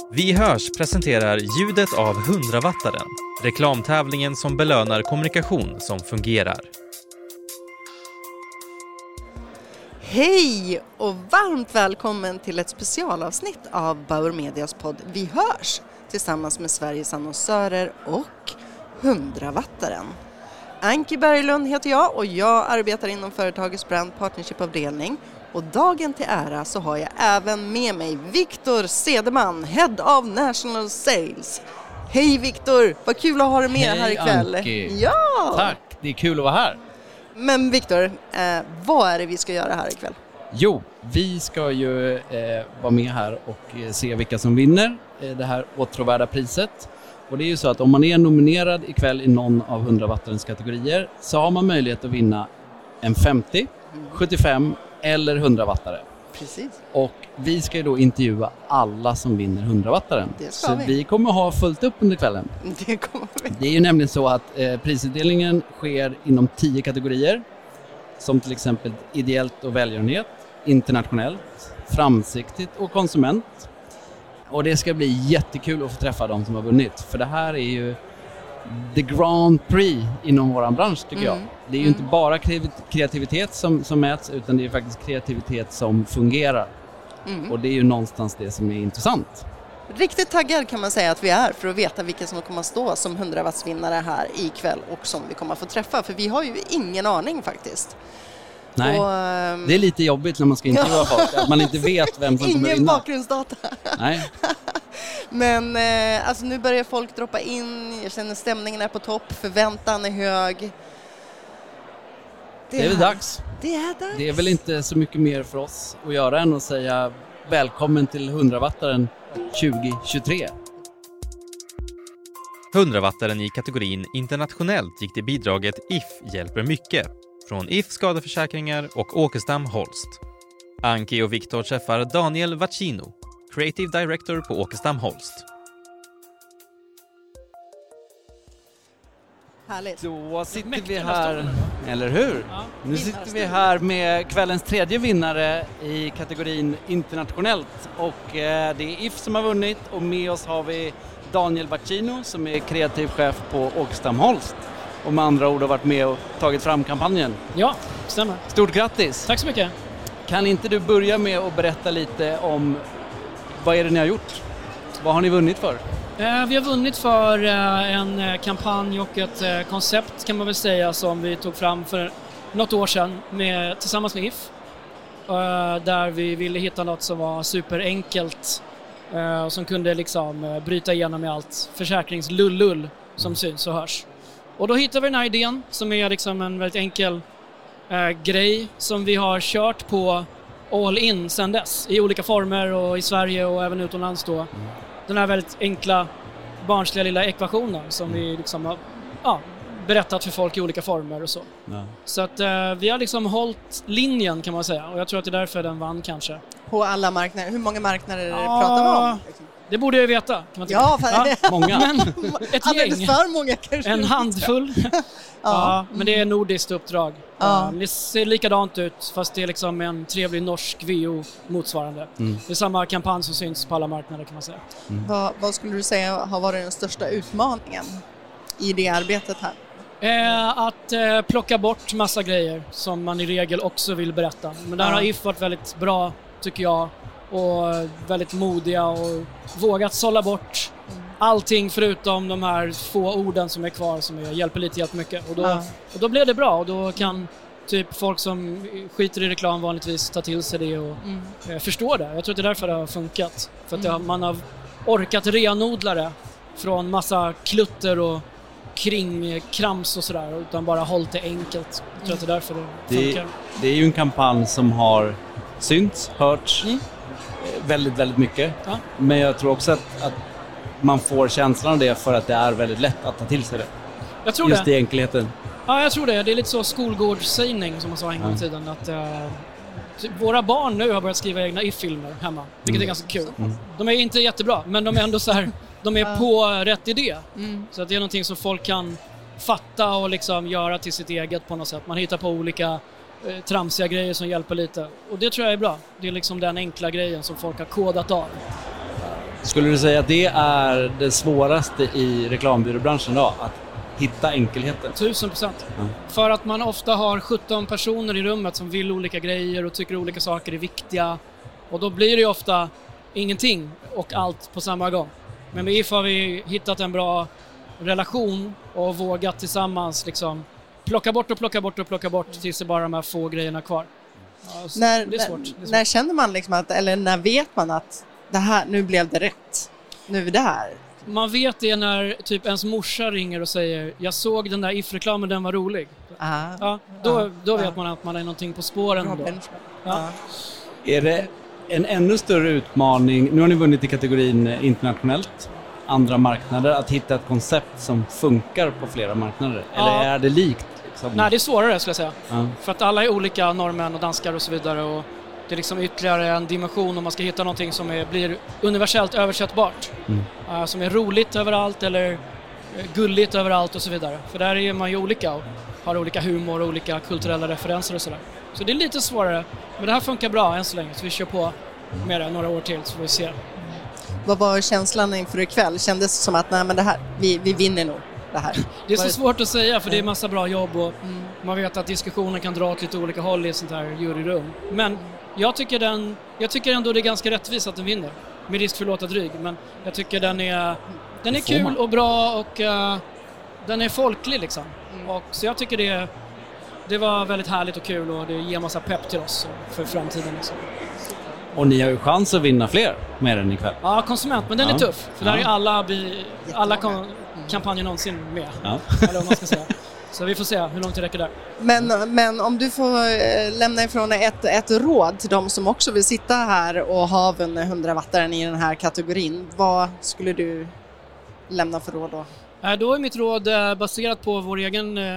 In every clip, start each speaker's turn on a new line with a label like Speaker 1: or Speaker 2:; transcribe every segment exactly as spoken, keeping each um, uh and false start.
Speaker 1: Vi hörs presenterar ljudet av hundrawattaren, reklamtävlingen som belönar kommunikation som fungerar.
Speaker 2: Hej och varmt välkommen till ett specialavsnitt av Bauer Medias podd Vi hörs tillsammans med Sveriges annonsörer och hundrawattaren. Anki Berglund heter jag och jag arbetar inom företagets brand partnership-avdelning. Och dagen till ära så har jag även med mig Viktor Cederman, Head of National Sales. Hej Viktor, vad kul att ha dig med
Speaker 3: Hej,
Speaker 2: här ikväll.
Speaker 3: Anki.
Speaker 2: Ja!
Speaker 3: Tack, det är kul att vara här.
Speaker 2: Men Viktor, eh, vad är det vi ska göra här ikväll?
Speaker 3: Jo, vi ska ju eh, vara med här och eh, se vilka som vinner eh, det här åtråvärda priset. Och det är ju så att om man är nominerad ikväll i någon av hundrawattarens kategorier så har man möjlighet att vinna en femtio, sjuttiofem eller hundrawattare.
Speaker 2: Precis.
Speaker 3: Och vi ska ju då intervjua alla som vinner hundrawattaren.
Speaker 2: Det ska
Speaker 3: så
Speaker 2: vi.
Speaker 3: vi kommer ha fullt upp under kvällen.
Speaker 2: Det kommer vi.
Speaker 3: Det är ju nämligen så att eh, prisutdelningen sker inom tio kategorier. Som till exempel ideellt och välgörenhet, internationellt, framsiktigt och konsument. Och det ska bli jättekul att få träffa de som har vunnit. För det här är ju the Grand Prix inom våran bransch tycker jag.
Speaker 2: Mm.
Speaker 3: Det är ju
Speaker 2: Mm.
Speaker 3: inte bara kreativitet som, som mäts utan det är faktiskt kreativitet som fungerar.
Speaker 2: Mm.
Speaker 3: Och det är ju någonstans det som är intressant.
Speaker 2: Riktigt taggad kan man säga att vi är för att veta vilka som kommer att stå som hundrawattsvinnare här ikväll och som vi kommer att få träffa. För vi har ju ingen aning faktiskt.
Speaker 3: Nej,
Speaker 2: Och, ehm,
Speaker 3: det är lite jobbigt när man ska intervjua folk. Att man inte vet vem som kommer
Speaker 2: ingen
Speaker 3: vinna.
Speaker 2: bakgrundsdata.
Speaker 3: Nej.
Speaker 2: Men eh, alltså nu börjar folk droppa in. Jag känner stämningen är på topp. Förväntan är hög.
Speaker 3: Det är väl dags.
Speaker 2: Det är dags.
Speaker 3: Det är väl inte så mycket mer för oss att göra än att säga välkommen till hundrawattaren tjugo tjugotre.
Speaker 1: hundrawattaren i kategorin internationellt gick till bidraget If hjälper mycket från If skadeförsäkringar och Åkestam Holst. Anki och Viktor träffar Daniel Vaccino, Creative Director på Åkestam Holst.
Speaker 2: Härligt.
Speaker 3: Då sitter vi här, eller hur? Ja. Nu sitter vi här med kvällens tredje vinnare i kategorin internationellt. Och eh, det är If som har vunnit och med oss har vi Daniel Vaccino som är kreativ chef på Åkestam Holst. Och med andra ord har varit med och tagit fram kampanjen.
Speaker 4: Ja, stämmer.
Speaker 3: Stort grattis!
Speaker 4: Tack så mycket.
Speaker 3: Kan inte du börja med att berätta lite om vad är det ni har gjort? Vad har ni vunnit för?
Speaker 4: Eh, vi har vunnit för eh, en eh, kampanj och ett eh, koncept kan man väl säga som vi tog fram för något år sedan med, tillsammans med If. Eh, där vi ville hitta något som var superenkelt eh, och som kunde liksom eh, bryta igenom med allt försäkringslullull som syns och hörs. Och då hittade vi den här idén som är liksom en väldigt enkel eh, grej som vi har kört på all in sedan dess i olika former och i Sverige och även utomlands då. Mm. Den här väldigt enkla barnsliga lilla ekvationen som vi liksom har ja, berättat för folk i olika former och så. Ja. Så att eh, vi har liksom hållit linjen kan man säga och jag tror att det är därför den vann kanske.
Speaker 2: På alla marknader. Hur många marknader
Speaker 4: ja,
Speaker 2: pratar vi om?
Speaker 4: Det borde jag veta. Kan man
Speaker 2: ja,
Speaker 4: ja, många. Men ett gäng.
Speaker 2: För många kanske.
Speaker 4: En handfull. ja, ja, men det är nordiskt uppdrag. Ja. Um, det ser likadant ut fast det är liksom en trevlig norsk V O motsvarande. Mm. Det är samma kampanj som syns på alla marknader kan man säga.
Speaker 2: Mm. Vad, vad skulle du säga har varit den största utmaningen i det arbetet här?
Speaker 4: Eh, att eh, plocka bort massa grejer som man i regel också vill berätta. Men där ja. har If varit väldigt bra tycker jag. Och väldigt modiga och vågat sålla bort mm. allting förutom de här få orden som är kvar som är, hjälper lite hjälper mycket. Och då, ja. och då blev det bra och då kan typ folk som skiter i reklam vanligtvis ta till sig det och mm. eh, förstå det. Jag tror att det är därför det har funkat. För att mm. det, man har orkat renodla det från massa klutter och kring krams och sådär utan bara hållit det enkelt. Jag tror att det är därför det funkar.
Speaker 3: Det, det är ju en kampanj som har synts, hörts mm. väldigt, väldigt mycket. Ja. Men jag tror också att, att man får känslan av det för att det är väldigt lätt att ta till sig det.
Speaker 4: Jag tror
Speaker 3: Just
Speaker 4: det.
Speaker 3: i enkelheten.
Speaker 4: Ja, jag tror det. Det är lite så skolgårdssägning som man sa en gång i tiden. Att, uh, våra barn nu har börjat skriva egna If-filmer hemma. Vilket mm. är ganska kul. Mm. De är inte jättebra, men de är ändå så här, de är på rätt idé. Mm. Så att det är någonting som folk kan fatta och liksom göra till sitt eget på något sätt. Man hittar på olika eh, tramsiga grejer som hjälper lite. Och det tror jag är bra. Det är liksom den enkla grejen som folk har kodat av.
Speaker 3: Skulle du säga att det är det svåraste i reklambyråbranschen då? Att hitta enkelheten?
Speaker 4: Tusen procent.
Speaker 3: Ja.
Speaker 4: För att man ofta har sjutton personer i rummet som vill olika grejer och tycker olika saker är viktiga. Och då blir det ju ofta ingenting och allt på samma gång. Men med If har vi hittat en bra relation och vågat tillsammans liksom plocka bort och plocka bort och plocka bort tills det bara är de här få grejerna kvar. Ja,
Speaker 2: när,
Speaker 4: det är svårt. Det är svårt.
Speaker 2: När känner man liksom att, eller när vet man att det här, nu blev det rätt? Nu är det här.
Speaker 4: Man vet det när typ ens morsa ringer och säger jag såg den där If-reklamen, den var rolig.
Speaker 2: Ah.
Speaker 4: Ja, då,
Speaker 2: Ja.
Speaker 4: då vet
Speaker 2: Ja.
Speaker 4: man att man är någonting på spåren.
Speaker 2: Bra
Speaker 4: Då.
Speaker 2: benchmark.
Speaker 4: Ja.
Speaker 2: Ja.
Speaker 3: Är det en ännu större utmaning, nu har ni vunnit i kategorin internationellt, andra marknader, att hitta ett koncept som funkar på flera marknader?
Speaker 4: Ja.
Speaker 3: Eller är det likt? Liksom?
Speaker 4: Nej, det är svårare skulle jag säga.
Speaker 3: Ja.
Speaker 4: För att alla är olika, norrmän och danskar och så vidare. Och det är liksom ytterligare en dimension om man ska hitta någonting som är, blir universellt översättbart.
Speaker 3: Mm.
Speaker 4: Uh, som är roligt överallt eller uh, gulligt överallt och så vidare. För där är man ju olika och har olika humor och olika kulturella referenser och sådär. Så det är lite svårare. Men det här funkar bra än så länge, så vi kör på med det några år till så får vi se.
Speaker 2: Vad var känslan inför ikväll? Kändes det som att nej, men det här, vi, vi vinner nog det här?
Speaker 4: Det är
Speaker 2: Var
Speaker 4: så svårt att säga för det är massa bra jobb och man vet att diskussionen kan dra åt lite olika håll i ett sånt här juryrum. Men jag tycker, den, jag tycker ändå det är ganska rättvist att den vinner. Med risk för att låta dryg. Men jag tycker den är, den är kul och bra och uh, den är folklig liksom. Och, så jag tycker det, det var väldigt härligt och kul och det ger massa pepp till oss för framtiden. Liksom.
Speaker 3: Och ni har ju chans att vinna fler med den ikväll.
Speaker 4: Ja, konsument, men den
Speaker 3: Ja.
Speaker 4: är tuff. För
Speaker 3: Ja.
Speaker 4: där är alla, bi, alla kom, kampanjer någonsin med.
Speaker 3: Ja.
Speaker 4: Eller vad man ska säga. Så vi får se hur långt det räcker där.
Speaker 2: Men, men om du får eh, lämna ifrån ett, ett råd till de som också vill sitta här och ha vunnit hundrawattaren i den här kategorin, vad skulle du lämna för råd då?
Speaker 4: Äh, Då är mitt råd eh, baserat på vår egen eh,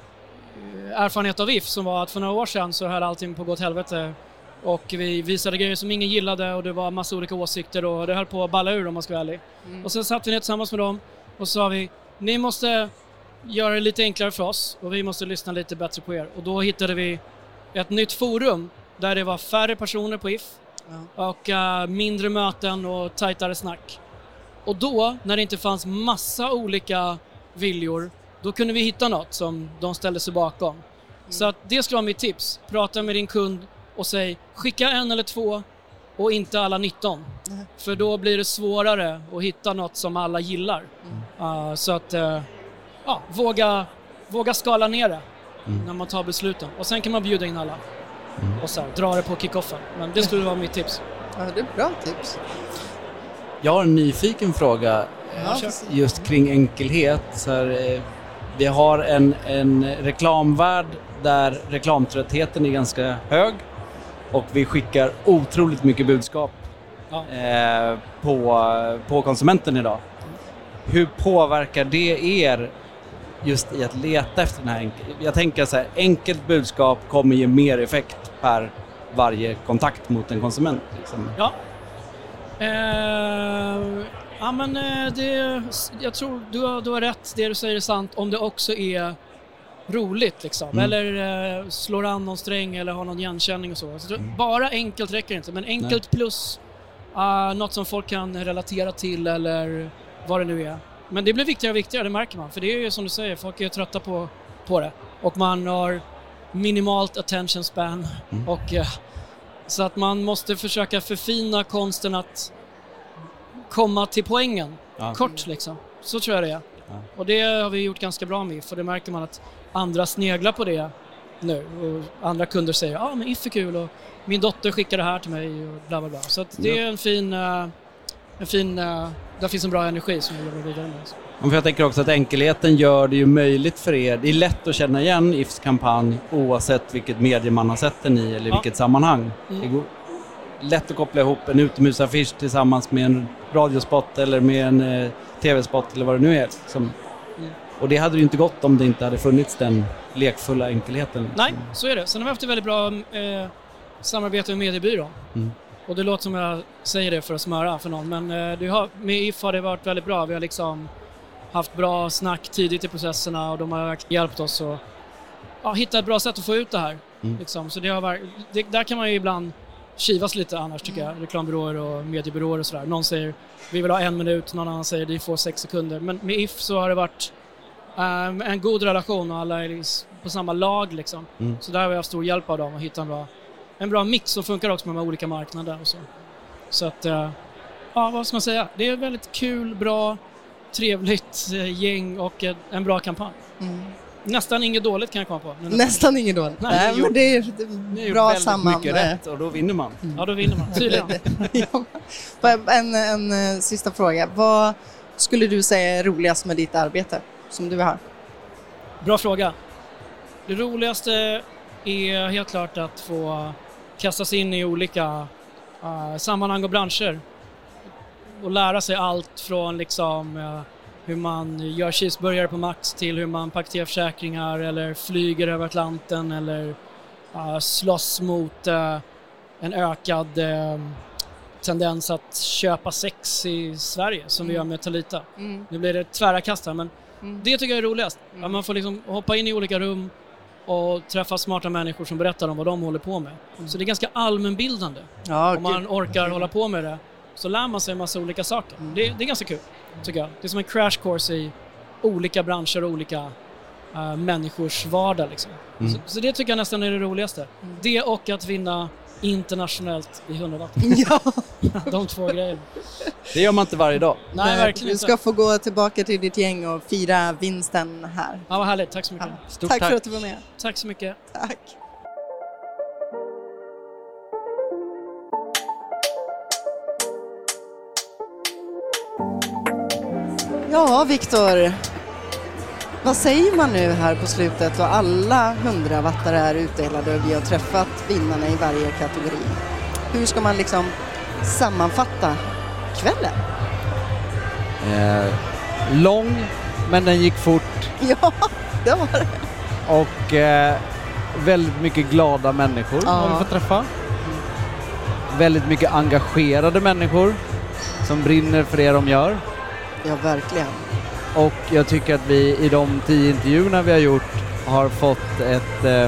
Speaker 4: erfarenhet av If som var att för några år sedan så höll allting på att gå åt helvete. Och vi visade grejer som ingen gillade och det var massa olika åsikter och det höll på att balla ur om man ska vara ärlig.
Speaker 2: Mm.
Speaker 4: Och sen satt vi ner tillsammans med dem och sa vi, ni måste göra det lite enklare för oss och vi måste lyssna lite bättre på er. Och då hittade vi ett nytt forum där det var färre personer på If
Speaker 2: Ja.
Speaker 4: och uh, mindre möten och tajtare snack. Och då, när det inte fanns massa olika viljor, då kunde vi hitta något som de ställde sig bakom. Mm. Så att det skulle vara mitt tips. Prata med din kund och säg, skicka en eller två och inte alla nitton.
Speaker 2: Mm.
Speaker 4: För då blir det svårare att hitta något som alla gillar.
Speaker 2: Mm.
Speaker 4: Uh, så att, uh, ja, våga, våga skala ner det
Speaker 3: Mm.
Speaker 4: när man tar besluten. Och sen kan man bjuda in alla. Och så här, dra det på kickoffen. Men det skulle vara mitt tips.
Speaker 2: Ja, det är bra tips.
Speaker 3: Jag har en nyfiken fråga
Speaker 2: Ja,
Speaker 4: kör.
Speaker 3: just kring enkelhet. Så här, eh, vi har en, en reklamvärld där reklamtröttheten är ganska hög och vi skickar otroligt mycket budskap
Speaker 4: Ja.
Speaker 3: eh, på, på konsumenten idag. Hur påverkar det er just i att leta efter den här enkel... Jag tänker så här, enkelt budskap kommer ge mer effekt per varje kontakt mot en konsument. Liksom.
Speaker 4: Ja. Eh, ja men eh, det, jag tror du har, du har rätt, det du säger är sant om det också är roligt liksom.
Speaker 3: Mm.
Speaker 4: Eller eh, slår an någon sträng eller har någon igenkänning och så. så
Speaker 3: Mm.
Speaker 4: Bara enkelt räcker inte, men enkelt plus uh, något som folk kan relatera till eller vad det nu är. Men det blir viktigare och viktigare, det märker man. För det är ju som du säger, folk är trötta på, på det. Och man har minimalt attention span.
Speaker 3: Mm.
Speaker 4: Och, eh, så att man måste försöka förfina konsten att komma till poängen.
Speaker 3: Ja.
Speaker 4: Kort liksom. Så tror jag det är.
Speaker 3: Ja.
Speaker 4: Och det har vi gjort ganska bra med. För det märker man att andra sneglar på det nu. Och andra kunder säger, ja ah, men If är kul och min dotter skickar det här till mig och bla bla bla. Så att det är en fin... Uh, en fin uh, där finns en bra energi som vi jobbar vidare med.
Speaker 3: För jag tänker också att enkelheten gör det ju möjligt för er. Det är lätt att känna igen Ifs kampanj oavsett vilket medie man har sett den i eller
Speaker 4: Ja.
Speaker 3: vilket sammanhang.
Speaker 4: Mm.
Speaker 3: Det går lätt att koppla ihop en utomhusaffisch tillsammans med en radiospot eller med en eh, tv-spot eller vad det nu är. Liksom.
Speaker 4: Mm.
Speaker 3: Och det hade ju inte gått om det inte hade funnits den lekfulla enkelheten. Liksom.
Speaker 4: Nej, så är det. Sen har vi haft ett väldigt bra eh, samarbete med mediebyrån.
Speaker 3: Mm.
Speaker 4: Och det låter som jag säger det för att smöra för någon. Men eh, det har, med If har det varit väldigt bra. Vi har liksom haft bra snack tidigt i processerna och de har verkligen hjälpt oss att ja, hitta ett bra sätt att få ut det här.
Speaker 3: Mm.
Speaker 4: Liksom. Så det har varit, det, där kan man ju ibland kivas lite annars tycker jag. Reklambyråer och mediebyråer och sådär. Någon säger vi vill ha en minut, någon annan säger vi får sex sekunder. Men med If så har det varit um, en god relation och alla är liksom på samma lag liksom. Mm. Så där har jag haft stor hjälp av dem att hitta en bra, en bra mix som funkar också med de olika marknader och så. Så att, uh, ja vad ska man säga? Det är ett väldigt kul, bra, trevligt uh, gäng och uh, en bra kampanj. Mm. Nästan inget dåligt kan jag komma på.
Speaker 2: Nästan inget dåligt. Nej, Nej men det är, det är bra samman.
Speaker 3: Mycket rätt och då vinner man.
Speaker 4: Mm. Ja, då vinner man. Tydligen.
Speaker 2: ja. en, en, en sista fråga. Vad skulle du säga är roligast med ditt arbete som du har?
Speaker 4: Bra fråga. Det roligaste är helt klart att få kastas in i olika uh, sammanhang och branscher och lära sig allt från liksom uh, hur man gör cheeseburgare på Max till hur man paketerar försäkringar eller flyger över Atlanten eller uh, slåss mot uh, en ökad uh, tendens att köpa sex i Sverige som mm. vi gör med Talita. Mm. Nu blir det tvära kast här, men mm. det tycker jag är roligast. Mm. Att man får liksom hoppa in i olika rum och träffa smarta människor som berättar om vad de håller på med. Mm. Så det är ganska allmänbildande. Ja, om man orkar mm. hålla på med det så lär man sig en massa olika saker. Mm. Det, det är ganska kul, tycker jag. Det är som en crash course i olika branscher och olika uh, människors vardag. Liksom. Mm. Så, så det tycker jag nästan är det roligaste. Mm. Det och att vinna internationellt i hundra watt.
Speaker 2: Ja.
Speaker 4: De två grejerna.
Speaker 3: Det gör man inte varje dag.
Speaker 2: Nej, Nej verkligen inte. Du ska få gå tillbaka till ditt gäng och fira vinsten här.
Speaker 4: Ja, vad härligt. Tack så mycket.
Speaker 2: Ja. Stort tack, tack för att du var med.
Speaker 4: Tack så mycket.
Speaker 2: Tack. Ja, Viktor. Vad säger man nu här på slutet och alla hundrawattare är utdelade och vi har träffat vinnarna i varje kategori? Hur ska man liksom sammanfatta kvällen?
Speaker 3: Eh, lång, men den gick fort.
Speaker 2: Ja, det var det.
Speaker 3: Och eh, väldigt mycket glada människor ja. har vi fått träffa. Mm. Väldigt mycket engagerade människor som brinner för det de gör.
Speaker 2: Ja, verkligen.
Speaker 3: Och jag tycker att vi i de tio intervjuerna vi har gjort har fått ett eh,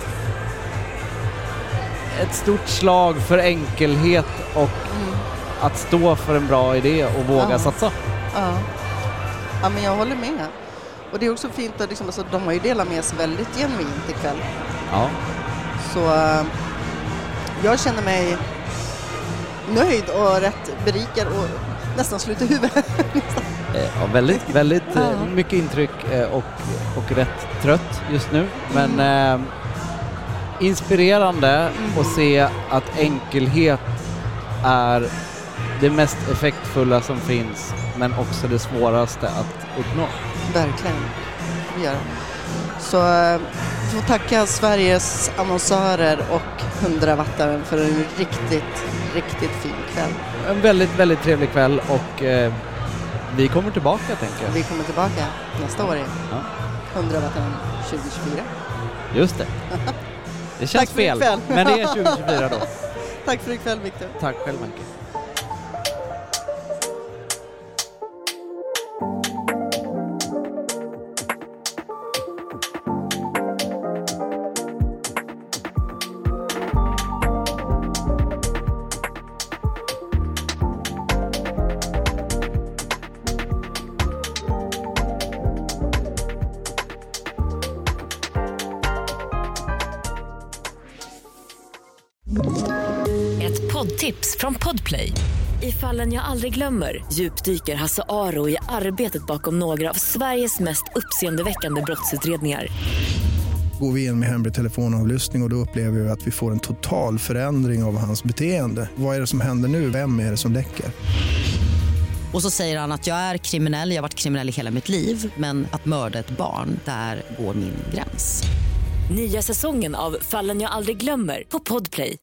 Speaker 3: ett stort slag för enkelhet och mm. att stå för en bra idé och våga ja. satsa.
Speaker 2: Ja. Ja, men jag håller med. Och det är också fint att liksom, alltså, de har ju delat med sig väldigt genuint ikväll.
Speaker 3: Ja.
Speaker 2: Så uh, jag känner mig nöjd och rätt berikad och nästan slut i huvudet.
Speaker 3: Ja, väldigt, väldigt ja. mycket intryck och, och rätt trött just nu. Men mm. eh, inspirerande mm. att se att enkelhet är det mest effektfulla som finns, men också det svåraste att uppnå.
Speaker 2: Verkligen. Vi gör. Så jag får tacka Sveriges annonsörer och hundrawattaren för en riktigt, riktigt fin kväll.
Speaker 3: En väldigt, väldigt trevlig kväll och eh, vi kommer tillbaka, tänker jag.
Speaker 2: Vi kommer tillbaka nästa år i ja. hundrawattaren tjugo tjugofyra.
Speaker 3: Just det. Det känns fel, men det är tjugo tjugofyra då.
Speaker 2: Tack för ikväll, Viktor.
Speaker 3: Tack själv, Anke.
Speaker 5: Tips från Podplay. I Fallen jag aldrig glömmer djupdyker Hasse Aro i arbetet bakom några av Sveriges mest uppseendeväckande brottsutredningar.
Speaker 6: Går vi in med hemlig telefonavlyssning och, och då upplever vi att vi får en total förändring av hans beteende. Vad är det som händer nu? Vem är det som läcker?
Speaker 7: Och så säger han att jag är kriminell, jag har varit kriminell i hela mitt liv, men att mörda ett barn, där går min gräns.
Speaker 5: Nya säsongen av Fallen jag aldrig glömmer på Podplay.